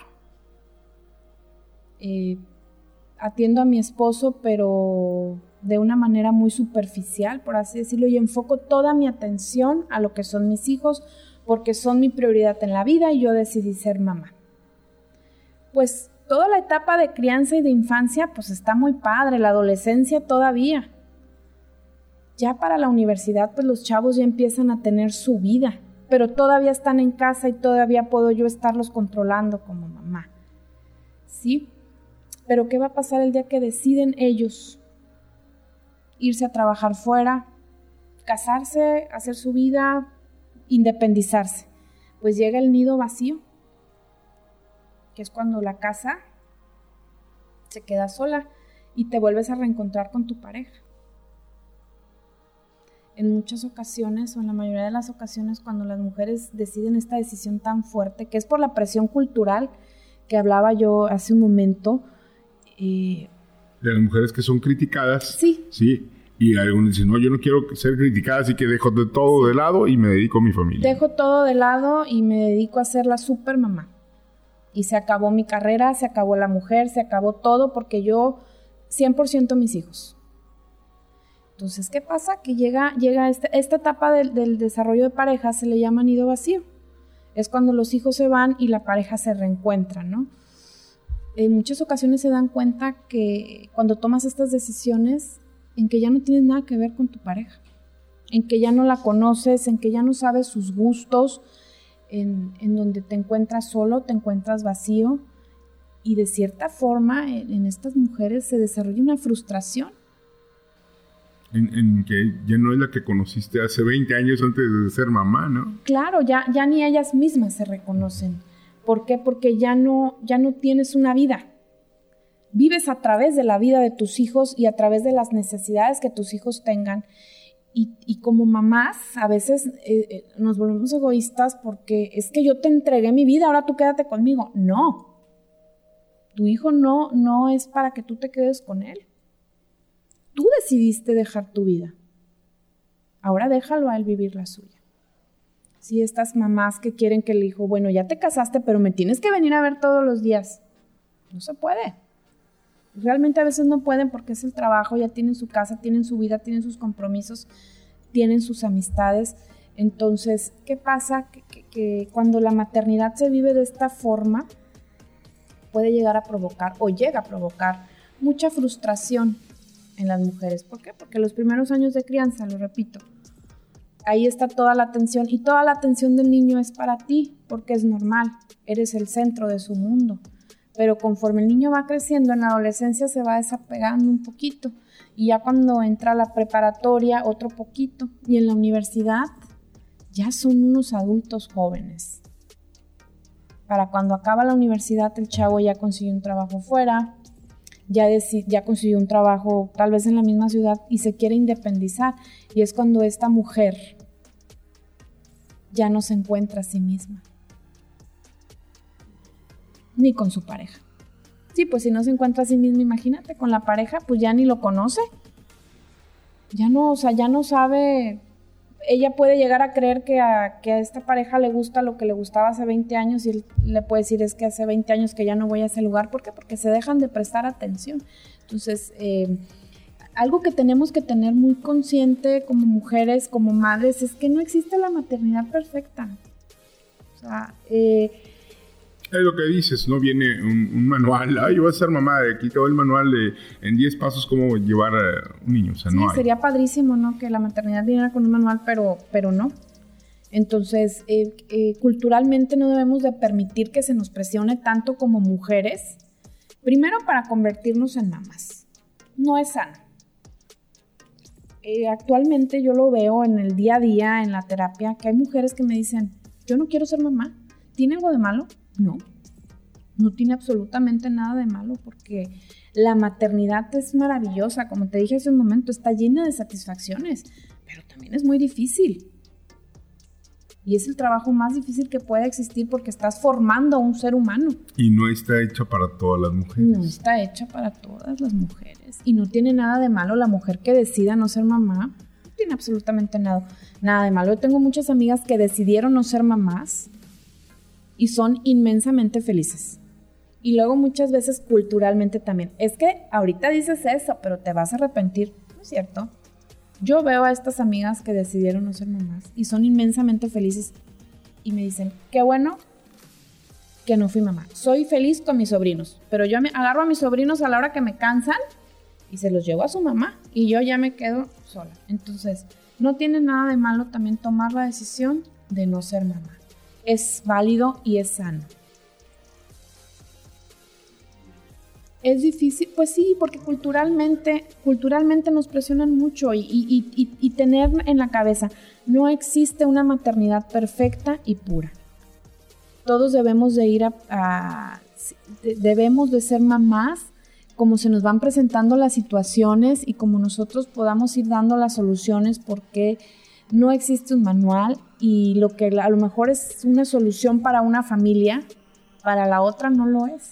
atiendo a mi esposo, pero de una manera muy superficial, por así decirlo, y enfoco toda mi atención a lo que son mis hijos, porque son mi prioridad en la vida y yo decidí ser mamá. Pues toda la etapa de crianza y de infancia pues está muy padre, la adolescencia todavía. Ya para la universidad pues los chavos ya empiezan a tener su vida, pero todavía están en casa y todavía puedo yo estarlos controlando como mamá. ¿Sí? Pero ¿qué va a pasar el día que deciden ellos irse a trabajar fuera, casarse, hacer su vida, independizarse? Pues llega el nido vacío, que es cuando la casa se queda sola y te vuelves a reencontrar con tu pareja. En muchas ocasiones, o en la mayoría de las ocasiones, cuando las mujeres deciden esta decisión tan fuerte, que es por la presión cultural que hablaba yo hace un momento.
De las mujeres que son criticadas.
Sí.
Sí. Y algunos dicen, no, yo no quiero ser criticada, así que dejo de todo de lado y me dedico a mi familia.
Dejo todo de lado y me dedico a ser la super mamá. Y se acabó mi carrera, se acabó la mujer, se acabó todo porque yo 100% mis hijos. Entonces, ¿qué pasa? Que llega esta etapa del desarrollo de pareja, se le llama nido vacío. Es cuando los hijos se van y la pareja se reencuentra, ¿no? En muchas ocasiones se dan cuenta que cuando tomas estas decisiones, en que ya no tienes nada que ver con tu pareja, en que ya no la conoces, en que ya no sabes sus gustos, en donde te encuentras solo, te encuentras vacío, y de cierta forma en estas mujeres se desarrolla una frustración.
En que ya no es la que conociste hace 20 años antes de ser mamá, ¿no?
Claro, ya ni ellas mismas se reconocen. ¿Por qué? Porque ya no tienes una vida. Vives a través de la vida de tus hijos y a través de las necesidades que tus hijos tengan. Y como mamás, a veces nos volvemos egoístas porque es que yo te entregué mi vida, ahora tú quédate conmigo. No. Tu hijo no es para que tú te quedes con él. Tú decidiste dejar tu vida. Ahora déjalo a él vivir la suya. Sí, estas mamás que quieren que el hijo, bueno, ya te casaste, pero me tienes que venir a ver todos los días. No se puede. Realmente a veces no pueden porque es el trabajo, ya tienen su casa, tienen su vida, tienen sus compromisos, tienen sus amistades. Entonces, ¿qué pasa? Que cuando la maternidad se vive de esta forma, puede llegar a provocar o llega a provocar mucha frustración en las mujeres. ¿Por qué? Porque los primeros años de crianza, lo repito, ahí está toda la atención y toda la atención del niño es para ti porque es normal, eres el centro de su mundo. Pero conforme el niño va creciendo, en la adolescencia se va desapegando un poquito. Y ya cuando entra a la preparatoria, otro poquito. Y en la universidad, ya son unos adultos jóvenes. Para cuando acaba la universidad, el chavo ya consiguió un trabajo fuera, ya consiguió un trabajo tal vez en la misma ciudad y se quiere independizar. Y es cuando esta mujer ya no se encuentra a sí misma. Ni con su pareja. Sí, pues si no se encuentra a sí misma, imagínate, con la pareja, pues ya ni lo conoce. Ya no sabe. Ella puede llegar a creer que a esta pareja le gusta lo que le gustaba hace 20 años y él le puede decir es que hace 20 años que ya no voy a ese lugar. ¿Por qué? Porque se dejan de prestar atención. Entonces, algo que tenemos que tener muy consciente como mujeres, como madres, es que no existe la maternidad perfecta. O sea,
es lo que dices, ¿no? Viene un manual. Yo voy a ser mamá, de aquí todo el manual de en 10 pasos cómo llevar a un niño. O sea,
sí,
no hay.
Sería padrísimo, ¿no? Que la maternidad viniera con un manual, pero no. Entonces, culturalmente no debemos de permitir que se nos presione tanto como mujeres, primero para convertirnos en mamás. No es sano. Actualmente yo lo veo en el día a día, en la terapia, que hay mujeres que me dicen, yo no quiero ser mamá. ¿Tiene algo de malo? No. No tiene absolutamente nada de malo porque la maternidad es maravillosa. Como te dije hace un momento, está llena de satisfacciones, pero también es muy difícil. Y es el trabajo más difícil que puede existir porque estás formando a un ser humano.
Y no está hecha para todas las mujeres.
No está hecha para todas las mujeres. Y no tiene nada de malo la mujer que decida no ser mamá. No tiene absolutamente nada de malo. Yo tengo muchas amigas que decidieron no ser mamás y son inmensamente felices. Y luego muchas veces culturalmente también. Es que ahorita dices eso, pero te vas a arrepentir. ¿No es cierto? Yo veo a estas amigas que decidieron no ser mamás y son inmensamente felices y me dicen, qué bueno que no fui mamá. Soy feliz con mis sobrinos, pero yo agarro a mis sobrinos a la hora que me cansan y se los llevo a su mamá y yo ya me quedo sola. Entonces, no tiene nada de malo también tomar la decisión de no ser mamá. Es válido y es sano. Es difícil, pues sí, porque culturalmente nos presionan mucho y tener en la cabeza, no existe una maternidad perfecta y pura. Todos debemos de ir debemos de ser mamás como se nos van presentando las situaciones y como nosotros podamos ir dando las soluciones porque no existe un manual y lo que a lo mejor es una solución para una familia, para la otra no lo es.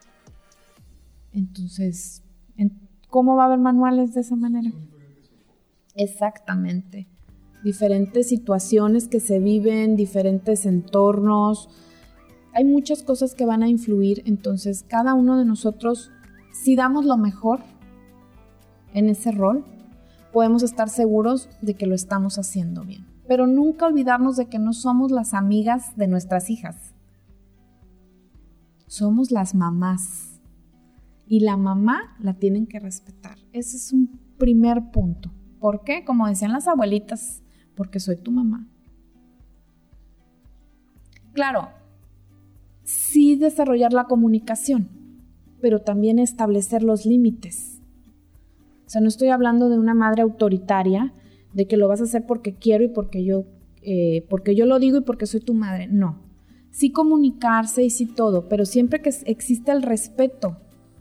Entonces, ¿cómo va a haber manuales de esa manera? Exactamente. Diferentes situaciones que se viven, diferentes entornos. Hay muchas cosas que van a influir. Entonces, cada uno de nosotros, si damos lo mejor en ese rol, podemos estar seguros de que lo estamos haciendo bien. Pero nunca olvidarnos de que no somos las amigas de nuestras hijas. Somos las mamás. Y la mamá la tienen que respetar. Ese es un primer punto. ¿Por qué? Como decían las abuelitas, porque soy tu mamá. Claro, sí desarrollar la comunicación, pero también establecer los límites. O sea, no estoy hablando de una madre autoritaria, de que lo vas a hacer porque quiero y porque yo lo digo y porque soy tu madre. No. Sí comunicarse y sí todo, pero siempre que existe el respeto.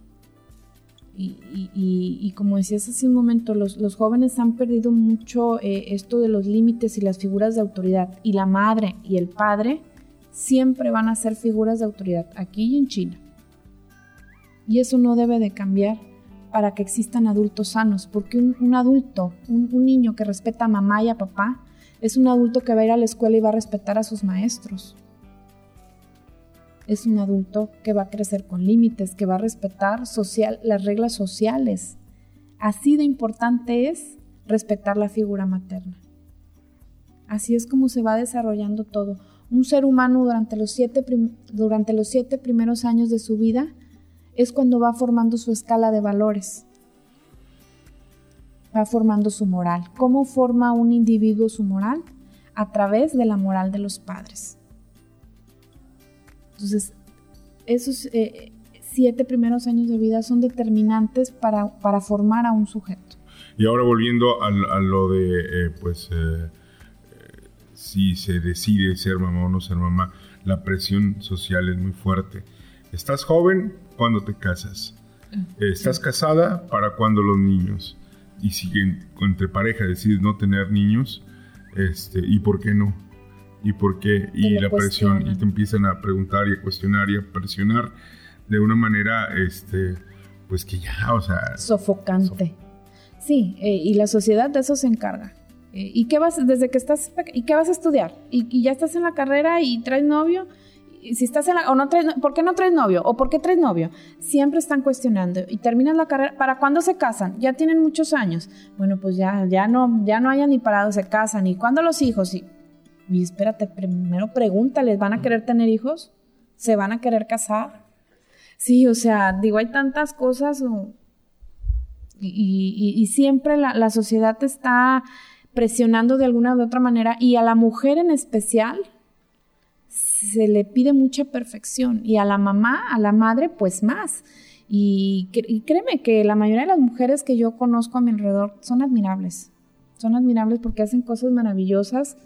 Y como decías hace un momento, los jóvenes han perdido mucho esto de los límites y las figuras de autoridad. Y la madre y el padre siempre van a ser figuras de autoridad, aquí y en China. Y eso no debe de cambiar para que existan adultos sanos, porque un adulto, un niño que respeta a mamá y a papá, es un adulto que va a ir a la escuela y va a respetar a sus maestros. Es un adulto que va a crecer con límites, que va a respetar las reglas sociales. Así de importante es respetar la figura materna. Así es como se va desarrollando todo. Un ser humano durante los 7 primeros años de su vida es cuando va formando su escala de valores. Va formando su moral. ¿Cómo forma un individuo su moral? A través de la moral de los padres. Entonces, esos 7 primeros años de vida son determinantes para formar a un sujeto.
Y ahora volviendo a lo de, si se decide ser mamá o no ser mamá, la presión social es muy fuerte. Estás joven, ¿cuándo te casas? Estás casada, ¿para cuándo los niños? Y si entre pareja decides no tener niños, ¿y por qué no? ¿Y por qué? Y la presión, y te empiezan a preguntar y a cuestionar y a presionar de una manera, pues que ya, o sea...
Sofocante. Sí, y la sociedad de eso se encarga. ¿Y qué vas a estudiar? ¿Y ya estás en la carrera y traes novio? Y si estás ¿por qué no traes novio? ¿O por qué traes novio? Siempre están cuestionando. Y terminas la carrera, ¿para cuándo se casan? Ya tienen muchos años. Bueno, pues ya no hayan ni parado, se casan. ¿Y cuándo los hijos? Y espérate, primero pregúntales, ¿van a querer tener hijos? ¿Se van a querer casar? Sí, o sea, digo, hay tantas cosas y siempre la sociedad está presionando de alguna u otra manera, y a la mujer en especial se le pide mucha perfección, y a la mamá, a la madre, pues más. Y créeme que la mayoría de las mujeres que yo conozco a mi alrededor son admirables porque hacen cosas maravillosas,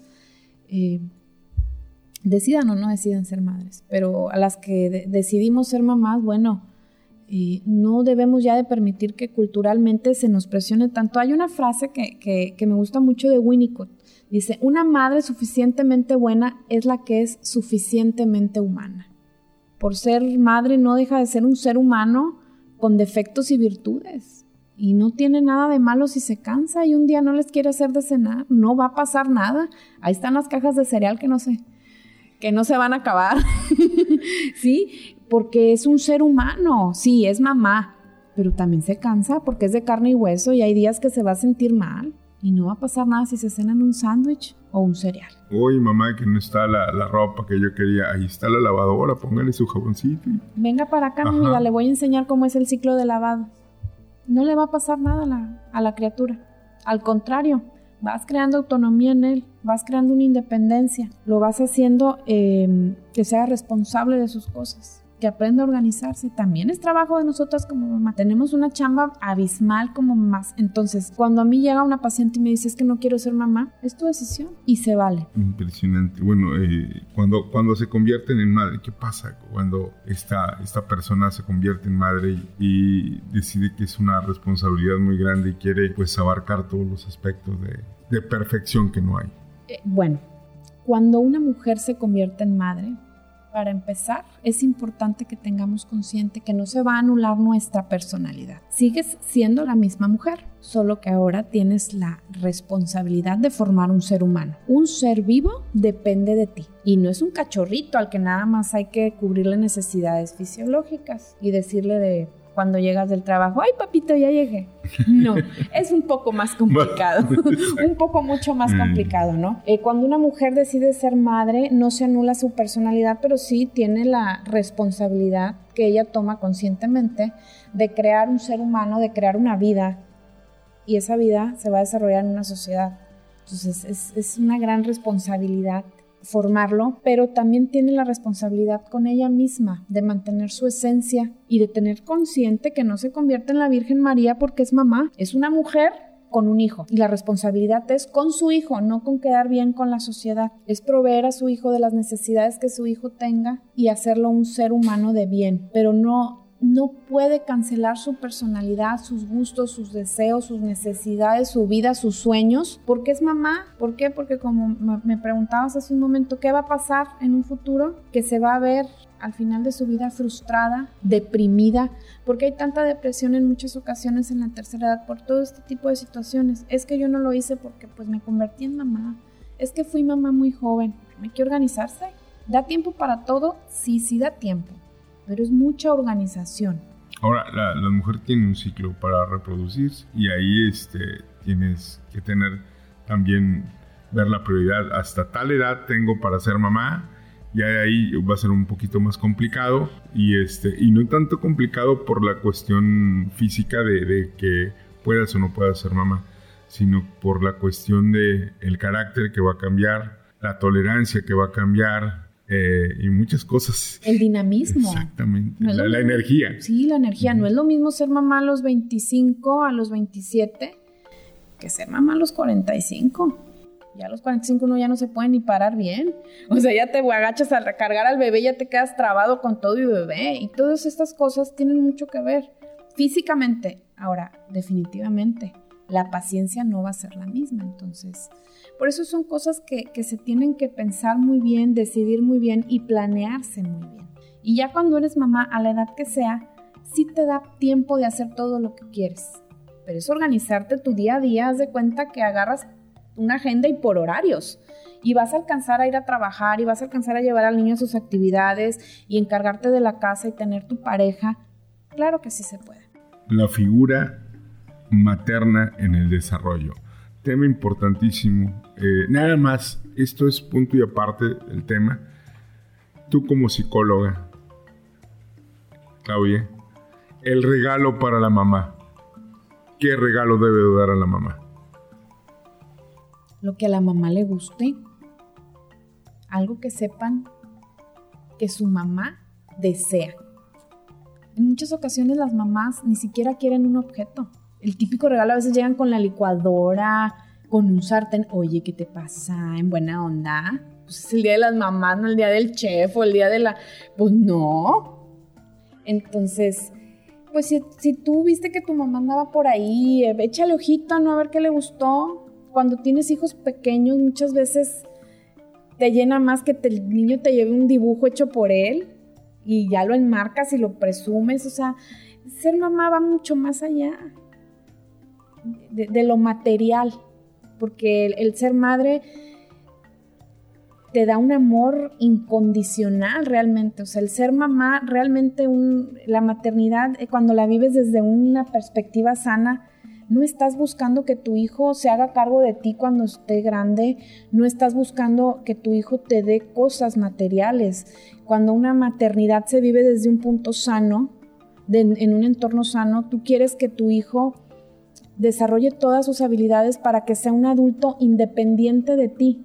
decidan o no decidan ser madres, pero a las que decidimos ser mamás, bueno, no debemos ya de permitir que culturalmente se nos presione tanto. Hay una frase que me gusta mucho de Winnicott. Dice, una madre suficientemente buena es la que es suficientemente humana. Por ser madre no deja de ser un ser humano con defectos y virtudes. Y no tiene nada de malo si se cansa y un día no les quiere hacer de cenar. No va a pasar nada. Ahí están las cajas de cereal que no se van a acabar. ¿Sí? Porque es un ser humano. Sí, es mamá, pero también se cansa porque es de carne y hueso y hay días que se va a sentir mal. Y no va a pasar nada si se cenan un sándwich o un cereal.
Oye, mamá, que no está la ropa que yo quería. Ahí está la lavadora, póngale su jaboncito.
Venga para acá, mi vida, le voy a enseñar cómo es el ciclo de lavado. No le va a pasar nada a la criatura. Al contrario, vas creando autonomía en él, vas creando una independencia, lo vas haciendo que sea responsable de sus cosas, que aprenda a organizarse. También es trabajo de nosotras como mamá. Tenemos una chamba abismal como mamás. Entonces, cuando a mí llega una paciente y me dice, es que no quiero ser mamá, es tu decisión y se vale.
Impresionante. Bueno, cuando se convierten en madre, ¿qué pasa cuando esta persona se convierte en madre y decide que es una responsabilidad muy grande y quiere pues abarcar todos los aspectos de perfección que no hay?
Bueno, cuando una mujer se convierte en madre, para empezar, es importante que tengamos consciente que no se va a anular nuestra personalidad. Sigues siendo la misma mujer, solo que ahora tienes la responsabilidad de formar un ser humano. Un ser vivo depende de ti. Y no es un cachorrito al que nada más hay que cubrirle necesidades fisiológicas y decirle cuando llegas del trabajo, ¡ay, papito, ya llegué! No, es un poco más complicado, mucho más complicado, ¿no? Cuando una mujer decide ser madre, no se anula su personalidad, pero sí tiene la responsabilidad que ella toma conscientemente de crear un ser humano, de crear una vida, y esa vida se va a desarrollar en una sociedad. Entonces, es una gran responsabilidad formarlo, pero también tiene la responsabilidad con ella misma de mantener su esencia y de tener consciente que no se convierte en la Virgen María porque es mamá, es una mujer con un hijo y la responsabilidad es con su hijo, no con quedar bien con la sociedad, es proveer a su hijo de las necesidades que su hijo tenga y hacerlo un ser humano de bien, pero no puede cancelar su personalidad, sus gustos, sus deseos, sus necesidades, su vida, sus sueños, porque es mamá. ¿Por qué? Porque como me preguntabas hace un momento, ¿qué va a pasar en un futuro? Que se va a ver al final de su vida frustrada, deprimida, porque hay tanta depresión en muchas ocasiones en la tercera edad por todo este tipo de situaciones. Es que yo no lo hice porque pues me convertí en mamá, es que fui mamá muy joven. ¿Hay que organizarse? ¿Da tiempo para todo? Sí da tiempo. Pero es mucha organización.
Ahora, la mujer tiene un ciclo para reproducirse y ahí tienes que tener también, ver la prioridad. Hasta tal edad tengo para ser mamá, y ahí va a ser un poquito más complicado y no tanto complicado por la cuestión física de que puedas o no puedas ser mamá, sino por la cuestión de el carácter que va a cambiar, la tolerancia que va a cambiar, y muchas cosas.
El dinamismo.
Exactamente. No la energía.
Sí, la energía. No es lo mismo ser mamá a los 25, a los 27, que ser mamá a los 45. Ya a los 45 uno ya no se puede ni parar bien. O sea, ya te agachas a recargar al bebé, ya te quedas trabado con todo y bebé. Y todas estas cosas tienen mucho que ver. Físicamente. Ahora, definitivamente, la paciencia no va a ser la misma. Entonces, por eso son cosas que se tienen que pensar muy bien, decidir muy bien y planearse muy bien. Y ya cuando eres mamá, a la edad que sea, sí te da tiempo de hacer todo lo que quieres. Pero es organizarte tu día a día. Haz de cuenta que agarras una agenda y por horarios. Y vas a alcanzar a ir a trabajar y vas a alcanzar a llevar al niño a sus actividades y encargarte de la casa y tener tu pareja. Claro que sí se puede.
La figura materna en el desarrollo. Tema importantísimo. Nada más, esto es punto y aparte del tema. Tú como psicóloga, Claudia, el regalo para la mamá. ¿Qué regalo debe dar a la mamá?
lo que a la mamá le guste, algo que sepan que su mamá desea. En muchas ocasiones las mamás ni siquiera quieren un objeto. El típico regalo, a veces llegan con la licuadora, con un sartén. Oye, ¿qué te pasa? ¿En buena onda? Pues es el día de las mamás, no el día del chef o el día de la... Pues no. Entonces, pues si tú viste que tu mamá andaba por ahí, échale ojito, ¿no? A ver qué le gustó. Cuando tienes hijos pequeños, muchas veces te llena más que el niño te lleve un dibujo hecho por él y ya lo enmarcas y lo presumes. O sea, ser mamá va mucho más allá de lo material, porque el ser madre te da un amor incondicional realmente. O sea, el ser mamá realmente, la maternidad, cuando la vives desde una perspectiva sana, no estás buscando que tu hijo se haga cargo de ti cuando esté grande, no estás buscando que tu hijo te dé cosas materiales. Cuando una maternidad se vive desde un punto sano, en un entorno sano, tú quieres que tu hijo desarrolle todas sus habilidades para que sea un adulto independiente de ti.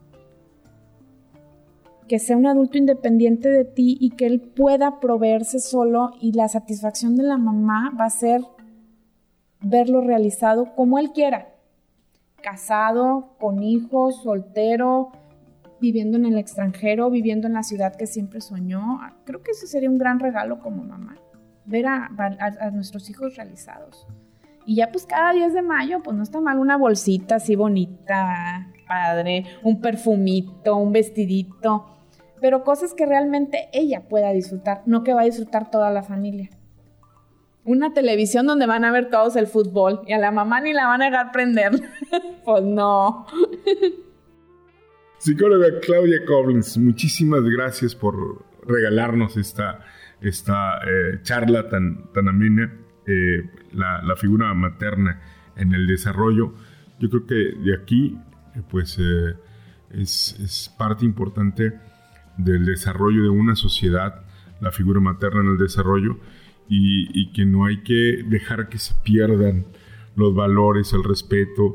Que sea un adulto independiente de ti y que él pueda proveerse solo, y la satisfacción de la mamá va a ser verlo realizado como él quiera, casado, con hijos, soltero, viviendo en el extranjero, viviendo en la ciudad que siempre soñó. Creo que ese sería un gran regalo como mamá, ver a nuestros hijos realizados. Y ya pues cada 10 de mayo, pues no está mal una bolsita así bonita, padre, un perfumito, un vestidito, pero cosas que realmente ella pueda disfrutar, no que va a disfrutar toda la familia. Una televisión donde van a ver todos el fútbol y a la mamá ni la van a dejar prender. Pues no.
Psicóloga Claudia Koblenz, muchísimas gracias por regalarnos esta charla tan amena, la figura materna en el desarrollo. Yo creo que de aquí pues es parte importante del desarrollo de una sociedad, la figura materna en el desarrollo, y que no hay que dejar que se pierdan los valores, el respeto,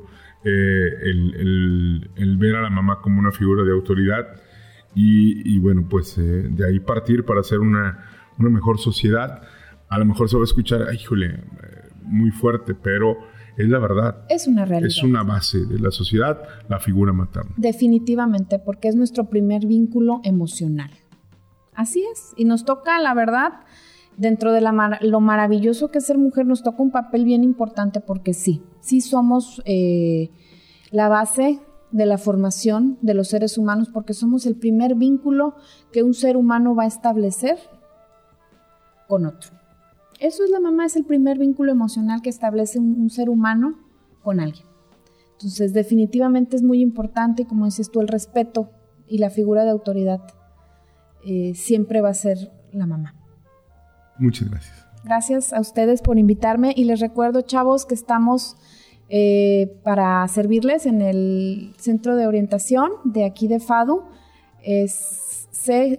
el ver a la mamá como una figura de autoridad y bueno, pues de ahí partir para hacer una mejor sociedad. A lo mejor se va a escuchar, híjole, muy fuerte, pero es la verdad.
Es una realidad.
Es una base de la sociedad, la figura materna.
Definitivamente, porque es nuestro primer vínculo emocional. Así es, y nos toca, la verdad, dentro de lo maravilloso que es ser mujer, nos toca un papel bien importante, porque sí somos la base de la formación de los seres humanos, porque somos el primer vínculo que un ser humano va a establecer con otro. Eso es la mamá, es el primer vínculo emocional que establece un ser humano con alguien. Entonces, definitivamente es muy importante, y como dices tú, el respeto y la figura de autoridad siempre va a ser la mamá.
Muchas gracias.
Gracias a ustedes por invitarme, y les recuerdo, chavos, que estamos para servirles en el centro de orientación de aquí de FADU. Es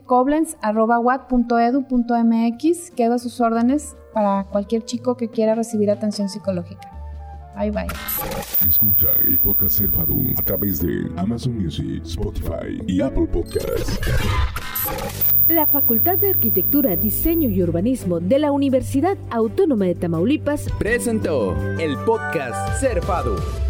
ckoblenz@wat.edu.mx. Quedo a sus órdenes para cualquier chico que quiera recibir atención psicológica. Bye, bye.
Escucha el podcast Ser FADU a través de Amazon Music, Spotify y Apple Podcasts.
La Facultad de Arquitectura, Diseño y Urbanismo de la Universidad Autónoma de Tamaulipas
presentó el podcast Ser FADU.